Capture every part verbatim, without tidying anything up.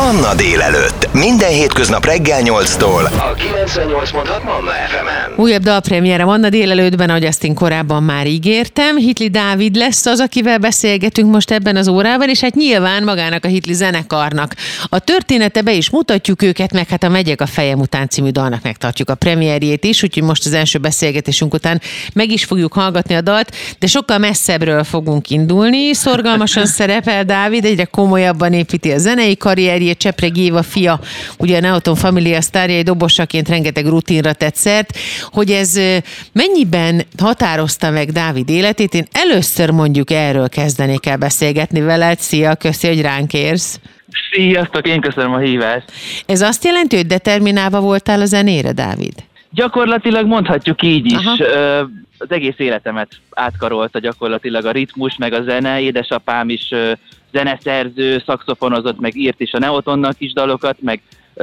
Manna délelőtt. Minden hétköznap reggel nyolctól a kilencvennyolc pont hat Manna ef emen. Újabb dalpremiére Manna délelőttben, ahogy azt én korábban már ígértem. Hitli Dávid lesz az, akivel beszélgetünk most ebben az órában, és hát nyilván magának a Hitli zenekarnak. A története be is mutatjuk őket, meg hát a Megyek a fejem után című dalnak megtartjuk a premierjét is, úgyhogy most az első beszélgetésünk után meg is fogjuk hallgatni a dalt, de sokkal messzebbről fogunk indulni. Szorgalmasan szerepel Dávid, egyre komolyabban építi a zenei karrierjét, Csepregi Éva fia, ugye a Neoton Família sztárjai, dobosaként rengeteg rutinra tett szert. Hogy ez mennyiben határozta meg Dávid életét? Én először mondjuk erről kezdenék el beszélgetni veled. Szia, köszi, hogy ránk érsz. Sziasztok, én köszönöm a hívást. Ez azt jelenti, hogy determinálva voltál a zenére, Dávid? Gyakorlatilag mondhatjuk így is. Aha. Az egész életemet átkarolta gyakorlatilag a ritmus, meg a zene. Édesapám is zeneszerző, szaxofonozott, meg írt is a Neotonnak is dalokat, meg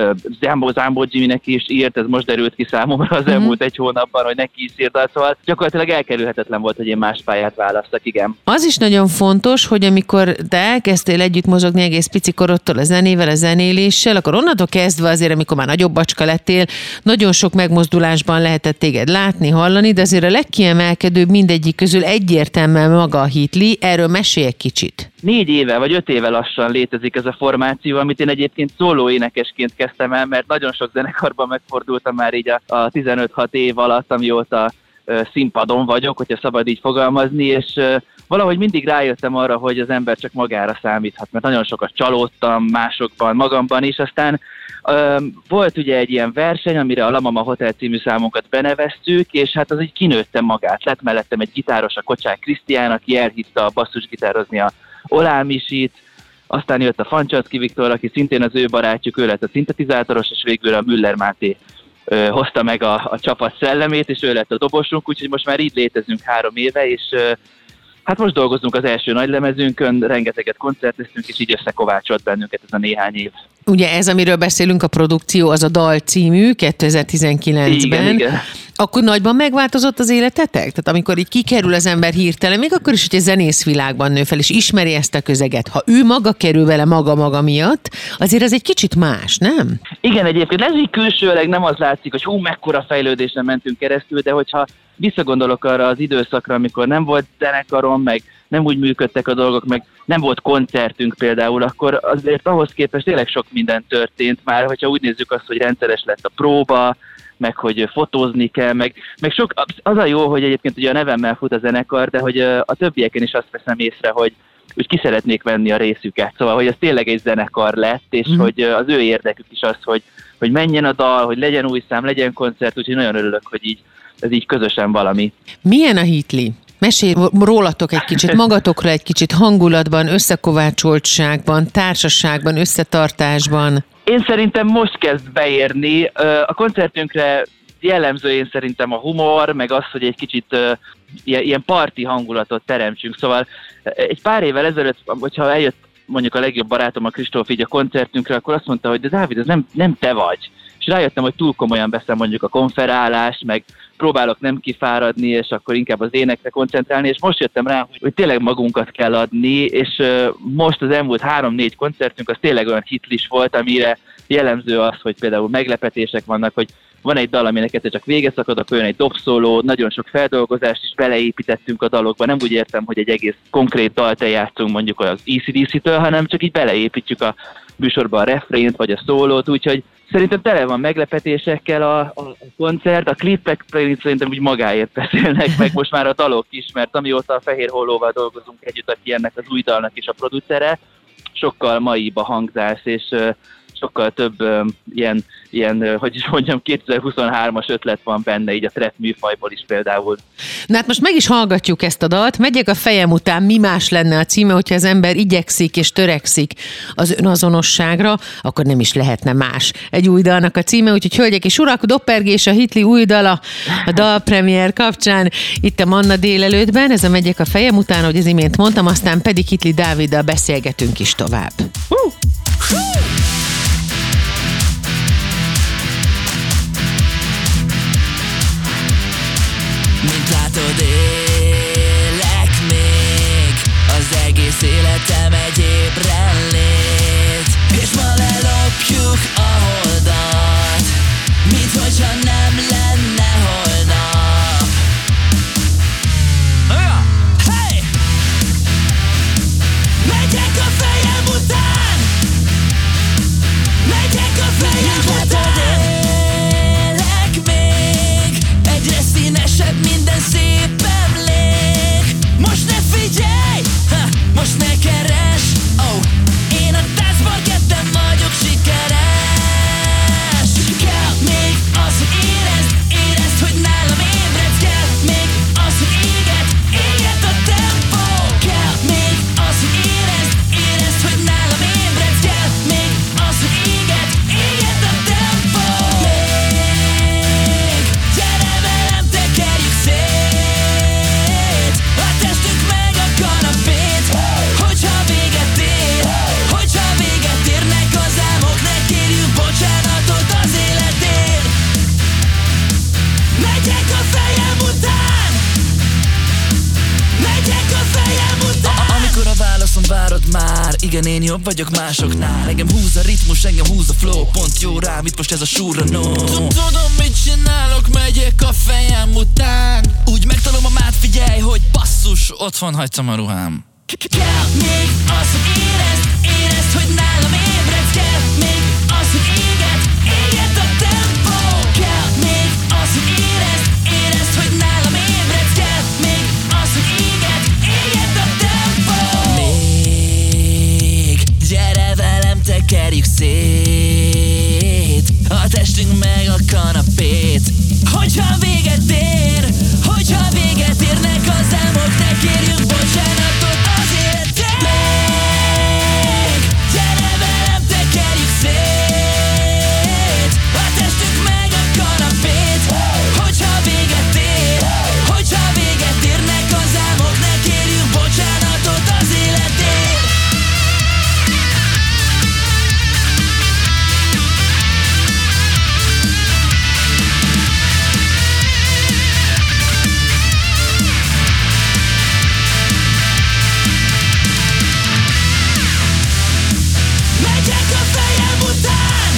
Zambó Zambó Jimmynek is írt, ez most derült ki számomra az elmúlt mm-hmm. egy hónapban, hogy neki is írt, szóval gyakorlatilag elkerülhetetlen volt, hogy én más pályát választak, igen. Az is nagyon fontos, hogy amikor te elkezdtél együtt mozogni egész pici korodtól a zenével, a zenéléssel, akkor onnantól kezdve azért, amikor már nagyobb bacska lettél, nagyon sok megmozdulásban lehetett téged látni, hallani, de azért a legkiemelkedőbb mindegyik közül egyértelműen maga a Hitli. Erről mesélj egy kicsit. Négy éve vagy öt éve lassan létezik ez a formáció, amit én egyébként szóló énekesként kezdtem el, mert nagyon sok zenekarban megfordultam már így a, a tizenöt-hat év alatt, amióta ö, színpadon vagyok, hogyha szabad így fogalmazni, és ö, valahogy mindig rájöttem arra, hogy az ember csak magára számíthat, mert nagyon sokat csalódtam másokban, magamban is, aztán ö, volt ugye egy ilyen verseny, amire a La Mama Hotel című számunkat beneveztük, és hát az így kinőtte magát. Lett mellettem egy gitáros, a Kocsák Krisztián, aki elhitte a basszusgitározni a Olá Misit, aztán jött a Fancsacki Viktor, aki szintén az ő barátjuk, ő lett a szintetizátoros, és végül a Müller Máté ö, hozta meg a, a csapat szellemét, és ő lett a dobosunk, úgyhogy most már így létezünk három éve, és ö, hát most dolgozunk az első nagylemezünkön, rengeteget koncerteztünk, és így összekovácsolt bennünket ez a néhány év. Ugye ez, amiről beszélünk, a produkció, az a Dal című kétezer-tizenkilencben. Igen, igen. Akkor nagyban megváltozott az életetek? Tehát amikor így kikerül az ember hirtelen, még akkor is, hogy a zenészvilágban nő fel, és ismeri ezt a közeget. Ha ő maga kerül vele maga-maga miatt, azért ez egy kicsit más, nem? Igen, egyébként ez így külsőleg nem az látszik, hogy hú, mekkora fejlődésen mentünk keresztül, de hogyha visszagondolok arra az időszakra, amikor nem volt zenekarom, meg nem úgy működtek a dolgok, meg nem volt koncertünk például, akkor azért ahhoz képest tényleg sok minden történt már, hogyha úgy nézzük azt, hogy rendszeres lett a próba, meg hogy fotózni kell, meg, meg sok, az a jó, hogy egyébként ugye a nevemmel fut a zenekar, de hogy a többieken is azt veszem észre, hogy úgy ki szeretnék venni a részüket. Szóval, hogy ez tényleg egy zenekar lett, és mm. hogy az ő érdekük is az, hogy, hogy menjen a dal, hogy legyen új szám, legyen koncert, úgyhogy nagyon örülök, hogy így, ez így közösen valami. Milyen a Hitli? Mesélj rólatok egy kicsit, magatokra egy kicsit, hangulatban, összekovácsoltságban, társaságban, összetartásban. Én szerintem most kezd beérni. A koncertünkre jellemző én szerintem a humor, meg az, hogy egy kicsit ilyen parti hangulatot teremtsünk. Szóval egy pár évvel ezelőtt, hogyha eljött mondjuk a legjobb barátom, a Kristóf így a koncertünkre, akkor azt mondta, hogy de Dávid, ez nem, nem te vagy. És rájöttem, hogy túl komolyan veszem mondjuk a konferálást, meg próbálok nem kifáradni, és akkor inkább az énekre koncentrálni, és most jöttem rá, hogy, hogy tényleg magunkat kell adni, és uh, most az elmúlt három-négy koncertünk az tényleg olyan hitlis volt, amire jellemző az, hogy például meglepetések vannak, hogy van egy dal, aminek egyszer csak vége szakad, akkor jön egy dobszóló, nagyon sok feldolgozást is beleépítettünk a dalokba. Nem úgy értem, hogy egy egész konkrét dalt eljátszunk mondjuk az á cé dé cé-től, hanem csak így beleépítjük a műsorba a refrént vagy a szólót, úgyhogy szerintem tele van meglepetésekkel a, a koncert, a klipek szerintem úgy magáért beszélnek, meg most már a dalok is, mert amióta a Fehér Hollóval dolgozunk együtt, aki ennek az új dalnak is a producere, sokkal maibb a hangzás, és sokkal több um, ilyen, ilyen, hogy is mondjam, kétezer-huszonhármas ötlet van benne, így a trap műfajból is például. Na hát most meg is hallgatjuk ezt a dalt, Megyek a fejem után, mi más lenne a címe, hogyha az ember igyekszik és törekszik az önazonosságra, akkor nem is lehetne más egy új dalnak a címe, úgyhogy hölgyek és urak, Doppergés, a Hitli új dala a dalpremiér kapcsán itt a Manna délelőttben, ez a Megyek a fejem után, ahogy az imént mondtam, aztán pedig Hitli Dáviddal beszélgetünk is tovább. Uh! Mint látod, élek még, az egész életem egy ébrenlét, és ma lelom igen, én jobb vagyok másoknál. Engem húz a ritmus, engem húz a flow. Pont jó rám, itt most ez a súra, no. Tudom, mit csinálok, megyek a fejem után. Úgy megtalom a mát, figyelj, hogy basszus, otthon hagytam a ruhám. Kell még az, hogy érezd, érezd, hogy nálam ébredsz. Kell még az, hogy éget, éget a tempó. Kell még az, hogy érezd, érezd, hogy nálam ébredsz. Kell még az, hogy éget, éget a tempó. Még gyere velem, tekerjük szét a testünk meg a kanapét. Hogyha véget ér, hogyha véget érnek az álmok, ne kérjünk bocsánatot az életért. Még gyere velem, tekerjük szét a testünk meg a kanapét. Hogyha véget ér, hogyha véget érnek az álmok, ne kérjünk bocsánatot az életért. Megyek a fejem után,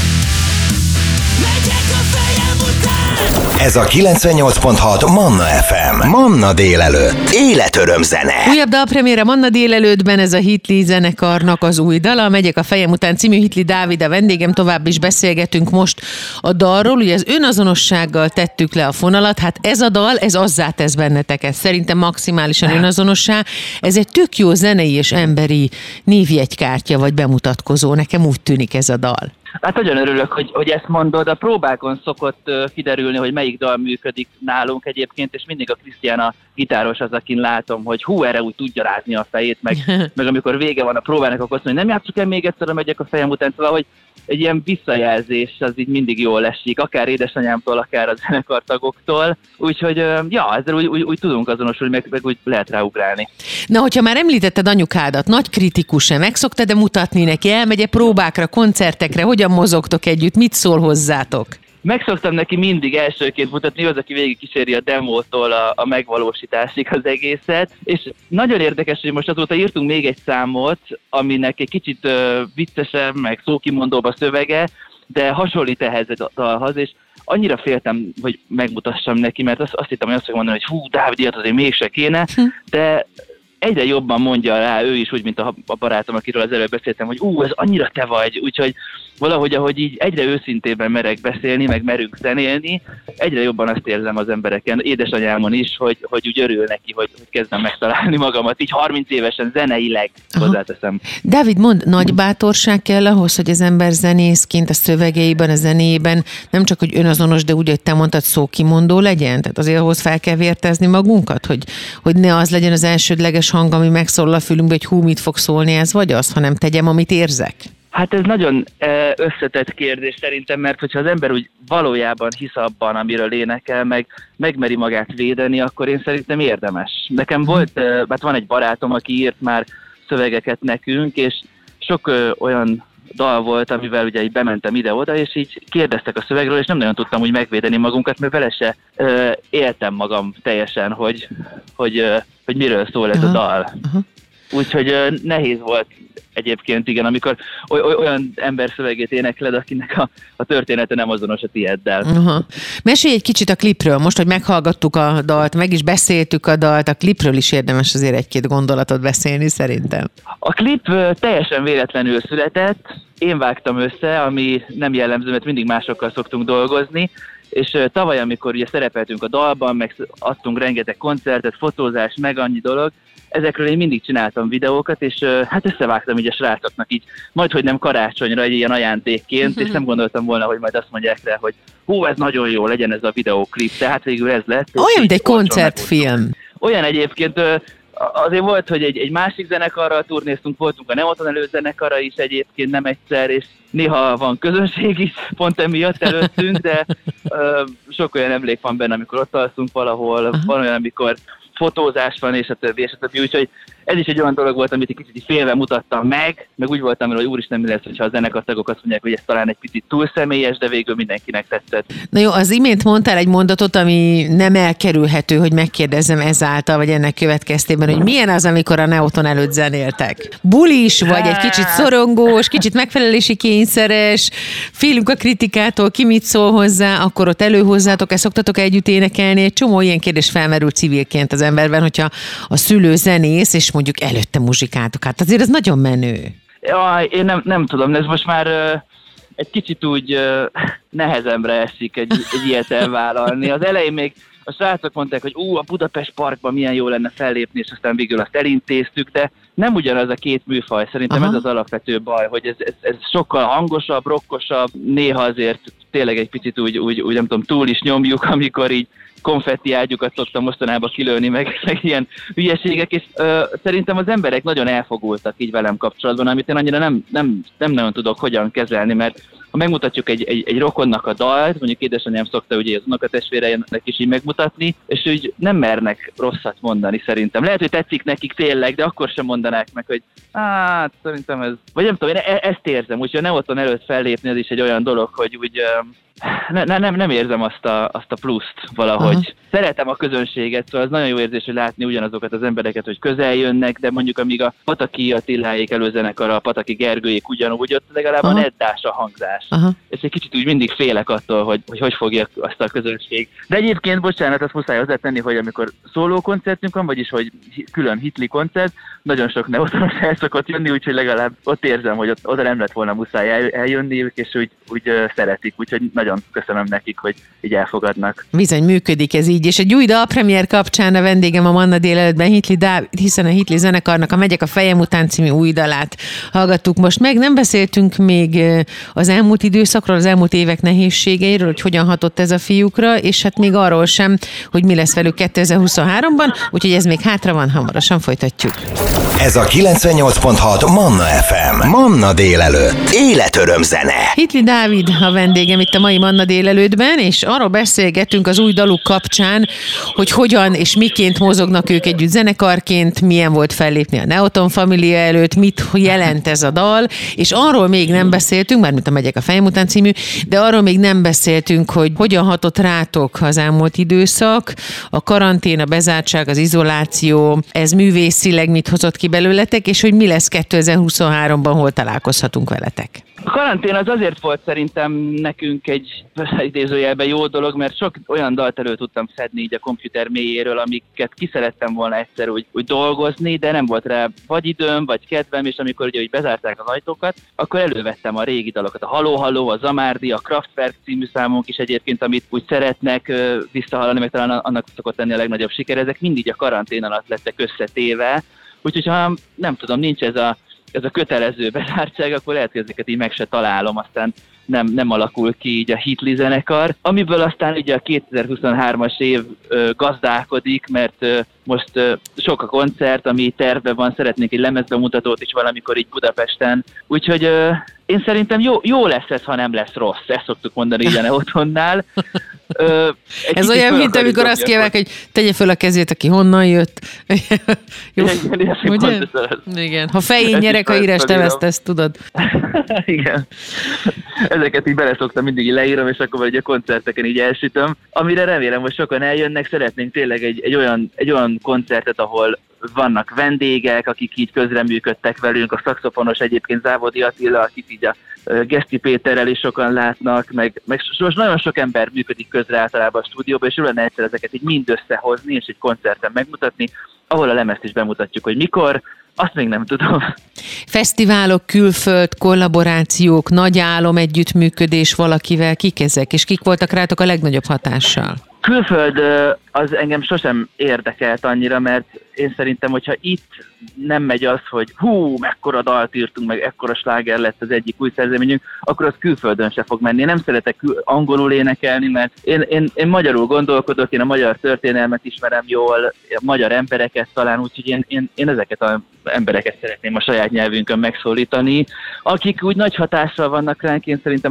megyek a fejem után. Ez a kilencvennyolc pont hat Manna ef em. Manna délelőtt. Életöröm zene. Újabb dalpremiére Manna délelőttben, ez a Hitli zenekarnak az új dala, Megyek a fejem után című. Hitli Dávid a vendégem, tovább is beszélgetünk most a dalról. Ugye az önazonossággal tettük le a fonalat, hát ez a dal, ez azzá tesz benneteket. Szerintem maximálisan önazonossá. Ez egy tök jó zenei és emberi névjegykártya vagy bemutatkozó. Nekem úgy tűnik ez a dal. Hát nagyon örülök, hogy, hogy ezt mondod. A próbákon szokott uh, kiderülni, hogy melyik dal működik nálunk egyébként, és mindig a Krisztián a gitáros az, akin látom, hogy hú, erre úgy tudja rázni a fejét, meg, meg amikor vége van a próbának, akkor azt mondja, hogy nem játsszuk el még egyszer, Megyek a fejem után, szóval, hogy egy ilyen visszajelzés az így mindig jól esik, akár édesanyámtól, akár a zenekartagoktól, úgyhogy ja, ezzel úgy, úgy, úgy tudunk azonosulni, meg, meg úgy lehet ráugrálni. Na, hogyha már említetted anyukádat, nagy kritikus-e, meg szoktad-e mutatni neki, elmegy-e próbákra, koncertekre, hogyan mozogtok együtt, mit szól hozzátok? Meg szoktam neki mindig elsőként mutatni, az, aki végig kíséri a demótól a, a megvalósításig az egészet, és nagyon érdekes, hogy most azóta írtunk még egy számot, aminek egy kicsit uh, viccesebb, meg szókimondóbb a szövege, de hasonlít ehhez a dalhoz, és annyira féltem, hogy megmutassam neki, mert azt, azt hittem, hogy azt fogom mondani, hogy hú, Dávid, ilyet azért mégse kéne, de egyre jobban mondja rá ő is, úgy, mint a, a barátom, akiről az előbb beszéltem, hogy ú, ez annyira te vagy, úgyhogy valahogy, ahogy így egyre őszintében merek beszélni, meg merünk zenélni, egyre jobban azt érzem az embereken, édesanyámon is, hogy, hogy úgy örül neki, hogy, hogy kezdem megtalálni magamat, így harminc évesen zeneileg hozzáteszem. Dávid, mondd, nagy bátorság kell ahhoz, hogy az ember zenészként a szövegeiben, a zenéjében nem csak, hogy önazonos, de úgy, hogy te mondtad, szókimondó legyen? Tehát azért ahhoz fel kell vértezni magunkat, hogy, hogy ne az legyen az elsődleges hang, ami megszólal a fülünkbe, hogy hú, mit fog szólni, ez vagy az, hanem tegyem, amit érzek. Hát ez nagyon összetett kérdés szerintem, mert hogyha az ember úgy valójában hisz abban, amiről énekel, meg megmeri magát védeni, akkor én szerintem érdemes. Nekem volt, hát van egy barátom, aki írt már szövegeket nekünk, és sok olyan dal volt, amivel ugye így bementem ide-oda, és így kérdeztek a szövegről, és nem nagyon tudtam úgy megvédeni magunkat, mert vele se ö, éltem magam teljesen, hogy, hogy, ö, hogy miről szól ez uh-huh. a dal. Uh-huh. Úgyhogy ö, nehéz volt egyébként, igen, amikor oly, oly, olyan ember szövegét énekled, akinek a, a története nem azonos a tieddel. Uh-huh. Mesélj egy kicsit a klipről. Most, hogy meghallgattuk a dalt, meg is beszéltük a dalt, a klipről is érdemes azért egy-két gondolatot beszélni szerintem. A klip teljesen véletlenül született, én vágtam össze, ami nem jellemző, mert mindig másokkal szoktunk dolgozni, és tavaly, amikor ugye szerepeltünk a dalban, meg adtunk rengeteg koncertet, fotózás, meg annyi dolog, ezekről én mindig csináltam videókat, és hát összevágtam így a srácoknak így, majd hogy nem karácsonyra, egy ilyen ajándékként, uh-huh. és nem gondoltam volna, hogy majd azt mondják rá, hogy hú, ez nagyon jó, legyen ez a videóklip, tehát végül ez lett. Olyan, mint egy koncertfilm. Olyan egyébként, azért volt, hogy egy, egy másik zenekarral turnéztunk, voltunk a Neoton előzenekarra is egyébként nem egyszer, és néha van közönség is pont emiatt előttünk, de ö, sok olyan emlék van benne, amikor ott alszunk valahol, uh-huh. van olyan, amikor fotózás van, és a többi, és a többi, úgyhogy ez is egy olyan dolog volt, amit egy kicsit félve mutattam meg, meg úgy voltam, hogy úristen, mi lesz, hogyha a zenekartagok azt mondják, hogy ez talán egy picit túl személyes, de végül mindenkinek tetszett. Na jó, az imént mondtál egy mondatot, ami nem elkerülhető, hogy megkérdezzem ezáltal, vagy ennek következtében, hogy milyen az, amikor a Neoton előtt zenéltek. Bulis, vagy egy kicsit szorongós, kicsit megfelelési kényszeres, félünk a kritikától, ki mit szól hozzá, akkor ott előhozzátok, ezt szoktatok együtt énekelni. Egy csomó ilyen kérdés felmerül civilként az emberben, hogyha a szülő zenész, és mondjuk előtte muzsikáltok. Hát azért ez nagyon menő. Ja, én nem, nem tudom, ez most már uh, egy kicsit úgy uh, nehezembre esik egy, egy ilyet elvállalni. Az elején még a srácok mondták, hogy ú, a Budapest Parkban milyen jó lenne fellépni, és aztán végül azt elintéztük, de nem ugyanaz a két műfaj. Szerintem Aha. ez az alapvető baj, hogy ez, ez, ez sokkal hangosabb, rokkosabb, néha azért tényleg egy picit úgy, úgy, úgy nem tudom, túl is nyomjuk, amikor így konfetti ágyukat szoktam mostanában kilőni, meg, meg ilyen hülyeségek, és ö, szerintem az emberek nagyon elfogultak így velem kapcsolatban, amit én annyira nem, nem, nem nagyon tudok hogyan kezelni, mert ha megmutatjuk egy, egy, egy rokonnak a dalt, mondjuk édesanyám szokta ugye az unokatestvéreinek is így megmutatni, és úgy nem mernek rosszat mondani szerintem. Lehet, hogy tetszik nekik tényleg, de akkor sem mondanák meg, hogy hát szerintem ez, vagy nem tudom, én e- ezt érzem, úgyhogy a Neoton előtt fellépni az is egy olyan dolog, hogy úgy ne, ne, nem, nem érzem azt a, azt a pluszt valahogy. Aha. Szeretem a közönséget, szóval az nagyon jó érzés, hogy látni ugyanazokat az embereket, hogy közel jönnek, de mondjuk amíg a Pataki Attiláék előzenekar, a Pataki Gergőjék ugyanúgy, ott legalább Aha. a neddás a hangzás. Aha. És egy kicsit úgy mindig félek attól, hogy hogy, hogy fogja azt a közönség. De egyébként, bocsánat, azt muszáj hozzátenni, hogy amikor szóló koncertünk van, vagyis hogy külön Hitli koncert, nagyon sok Neotonos el szokott jönni, úgyhogy legalább ott érzem, hogy ott, oda nem lett volna muszáj el, eljönniük, és úgy, úgy uh, szeretik, úgyhogy nagyon köszönöm nekik, hogy így elfogadnak. Bizony működik ez így, és egy új dalpremiér kapcsán a vendégem a Manna délelőttben Hitli Dávid, hiszen a Hitli zenekarnak a Megyek a fejem után című új dalát hallgattuk most meg. Nem beszéltünk még az elmúlt időszakról, az elmúlt évek nehézségeiről, hogy hogyan hatott ez a fiúkra, és hát még arról sem, hogy mi lesz velük kétezer-huszonháromban, úgyhogy ez még hátra van, hamarosan folytatjuk. Ez a kilencvennyolc pont hat Manna ef em. Manna délelőtt. Életöröm zene. Hitli Dávid a vendégem itt a mai Manna délelőttben, és arról beszélgetünk az új daluk kapcsán, hogy hogyan és miként mozognak ők együtt zenekarként, milyen volt fellépni a Neoton Família előtt, mit jelent ez a dal, és arról még nem beszéltünk, mármint a Megyek a fejem után című, de arról még nem beszéltünk, hogy hogyan hatott rátok az elmúlt időszak, a karantén, a bezártság, az izoláció, ez művészileg mit hozott ki belőletek, és hogy mi lesz kétezer-huszonháromban, hol találkozhatunk veletek. A karantén az azért volt szerintem nekünk egy idézőjelben jó dolog, mert sok olyan dalt elő tudtam szedni így a komputer mélyéről, amiket ki szerettem volna egyszer úgy, úgy dolgozni, de nem volt rá vagy időm, vagy kedvem, és amikor ugye úgy bezárták az ajtókat, akkor elővettem a régi dalokat, a Halló Halló, a Zamárdi, a Kraftwerk című számunk is egyébként, amit úgy szeretnek visszahallani, meg talán annak szokott lenni a legnagyobb siker, ezek mindig a karantén alatt lettek összetéve, úgyhogy ha nem tudom, nincs ez a ez a kötelező bezártság, akkor lehet, hogy ezeket így meg se találom, aztán nem, nem alakul ki így a Hitli zenekar, amiből aztán ugye a kétezer-huszonhármas év ö, gazdálkodik, mert ö, most ö, sok a koncert, ami tervben van, szeretnék egy lemezbemutatót is valamikor így Budapesten, úgyhogy ö, én szerintem jó, jó lesz ez, ha nem lesz rossz, ezt szoktuk mondani így a Neotonnál. Ö, ez olyan, mint amikor azt kívánják, hogy tegye föl a kezét, aki honnan jött. Jó, igen, igen, igen. Ha fején nyerek, ha íres te vesztesz, tudod. Igen. Ezeket így bele szoktam mindig így leírom, és akkor vagy a koncerteken így elsütöm. Amire remélem, hogy sokan eljönnek, szeretnénk tényleg egy, egy, olyan, egy olyan koncertet, ahol vannak vendégek, akik így közreműködtek velünk, a szaxofonos egyébként Závodi Attila, akit így a Geszti Péterrel is sokan látnak, meg, meg most nagyon sok ember működik közre általában a stúdióban, és jó lenne egyszer ezeket így mind összehozni, és egy koncerten megmutatni, ahol a lemezt is bemutatjuk, hogy mikor, azt még nem tudom. Fesztiválok, külföld, kollaborációk, nagy álom, együttműködés valakivel, kik ezek, és kik voltak rátok a legnagyobb hatással? Külföld az engem sosem érdekelt annyira, mert én szerintem, hogyha itt nem megy az, hogy hú, mekkora dalt írtunk, meg ekkora sláger lett az egyik új szerzeményünk, akkor az külföldön se fog menni. Én nem szeretek angolul énekelni, mert én, én, én magyarul gondolkodok, én a magyar történelmet ismerem jól, a magyar embereket talán, úgyhogy én, én, én ezeket az embereket szeretném a saját nyelvünkön megszólítani, akik úgy nagy hatással vannak ránk. Én szerintem a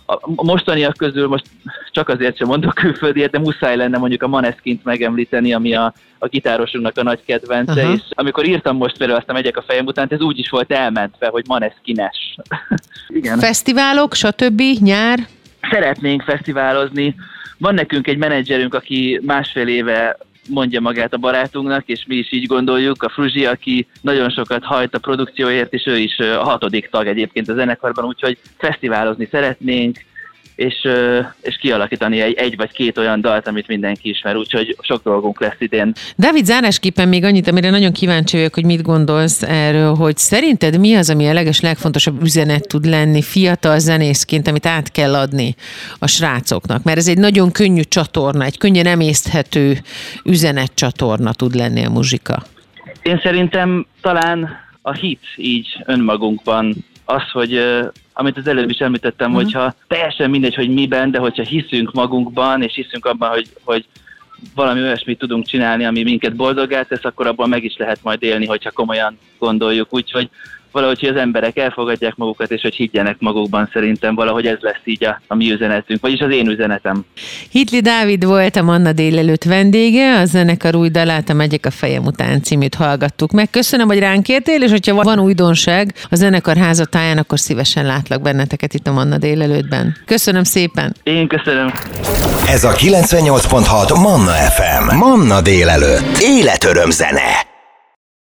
A mostaniak közül most csak azért sem mondok külföldiért, de muszáj lenne mondjuk a Måneskin megemlíteni, ami a, a gitárosunknak a nagy kedvence, uh-huh. és amikor írtam most például azt a Megyek a fejem után, ez úgy is volt elmentve, hogy Måneskines. Igen. Fesztiválok, stb. Nyár? Szeretnénk fesztiválozni. Van nekünk egy menedzserünk, aki másfél éve mondja magát a barátunknak, és mi is így gondoljuk, a Fruzsi, aki nagyon sokat hajt a produkcióért, és ő is a hatodik tag egyébként a zenekarban, úgyhogy fesztiválozni szeretnénk, és, és kialakítani egy, egy vagy két olyan dalt, amit mindenki ismer, úgyhogy sok dolgunk lesz idén. Dávid, zárásképpen még annyit, amire nagyon kíváncsi vagyok, hogy mit gondolsz erről, hogy szerinted mi az, ami a leges legfontosabb üzenet tud lenni fiatal zenészként, amit át kell adni a srácoknak? Mert ez egy nagyon könnyű csatorna, egy könnyen emészthető üzenetcsatorna tud lenni a muzsika. Én szerintem talán a hit így önmagunkban, az, hogy amit az előbb is említettem, uh-huh. hogyha teljesen mindegy, hogy miben, de hogyha hiszünk magunkban, és hiszünk abban, hogy, hogy valami olyasmit tudunk csinálni, ami minket boldoggá tesz, akkor abban meg is lehet majd élni, hogyha komolyan gondoljuk. Úgyhogy valahogy, hogy az emberek elfogadják magukat, és hogy higgyenek magukban, szerintem valahogy ez lesz így a, a mi üzenetünk, vagyis az én üzenetem. Hitli Dávid volt a Manna délelőtt vendége, a zenekar új dalát, a Megyek a fejem után címűt hallgattuk meg. Köszönöm, hogy ránk értél, és hogyha van újdonság a zenekar házatáján, akkor szívesen látlak benneteket itt a Manna délelőttben. Köszönöm szépen! Én köszönöm! Ez a kilencvennyolc pont hat Manna ef em. Manna délelőtt. Életöröm zene.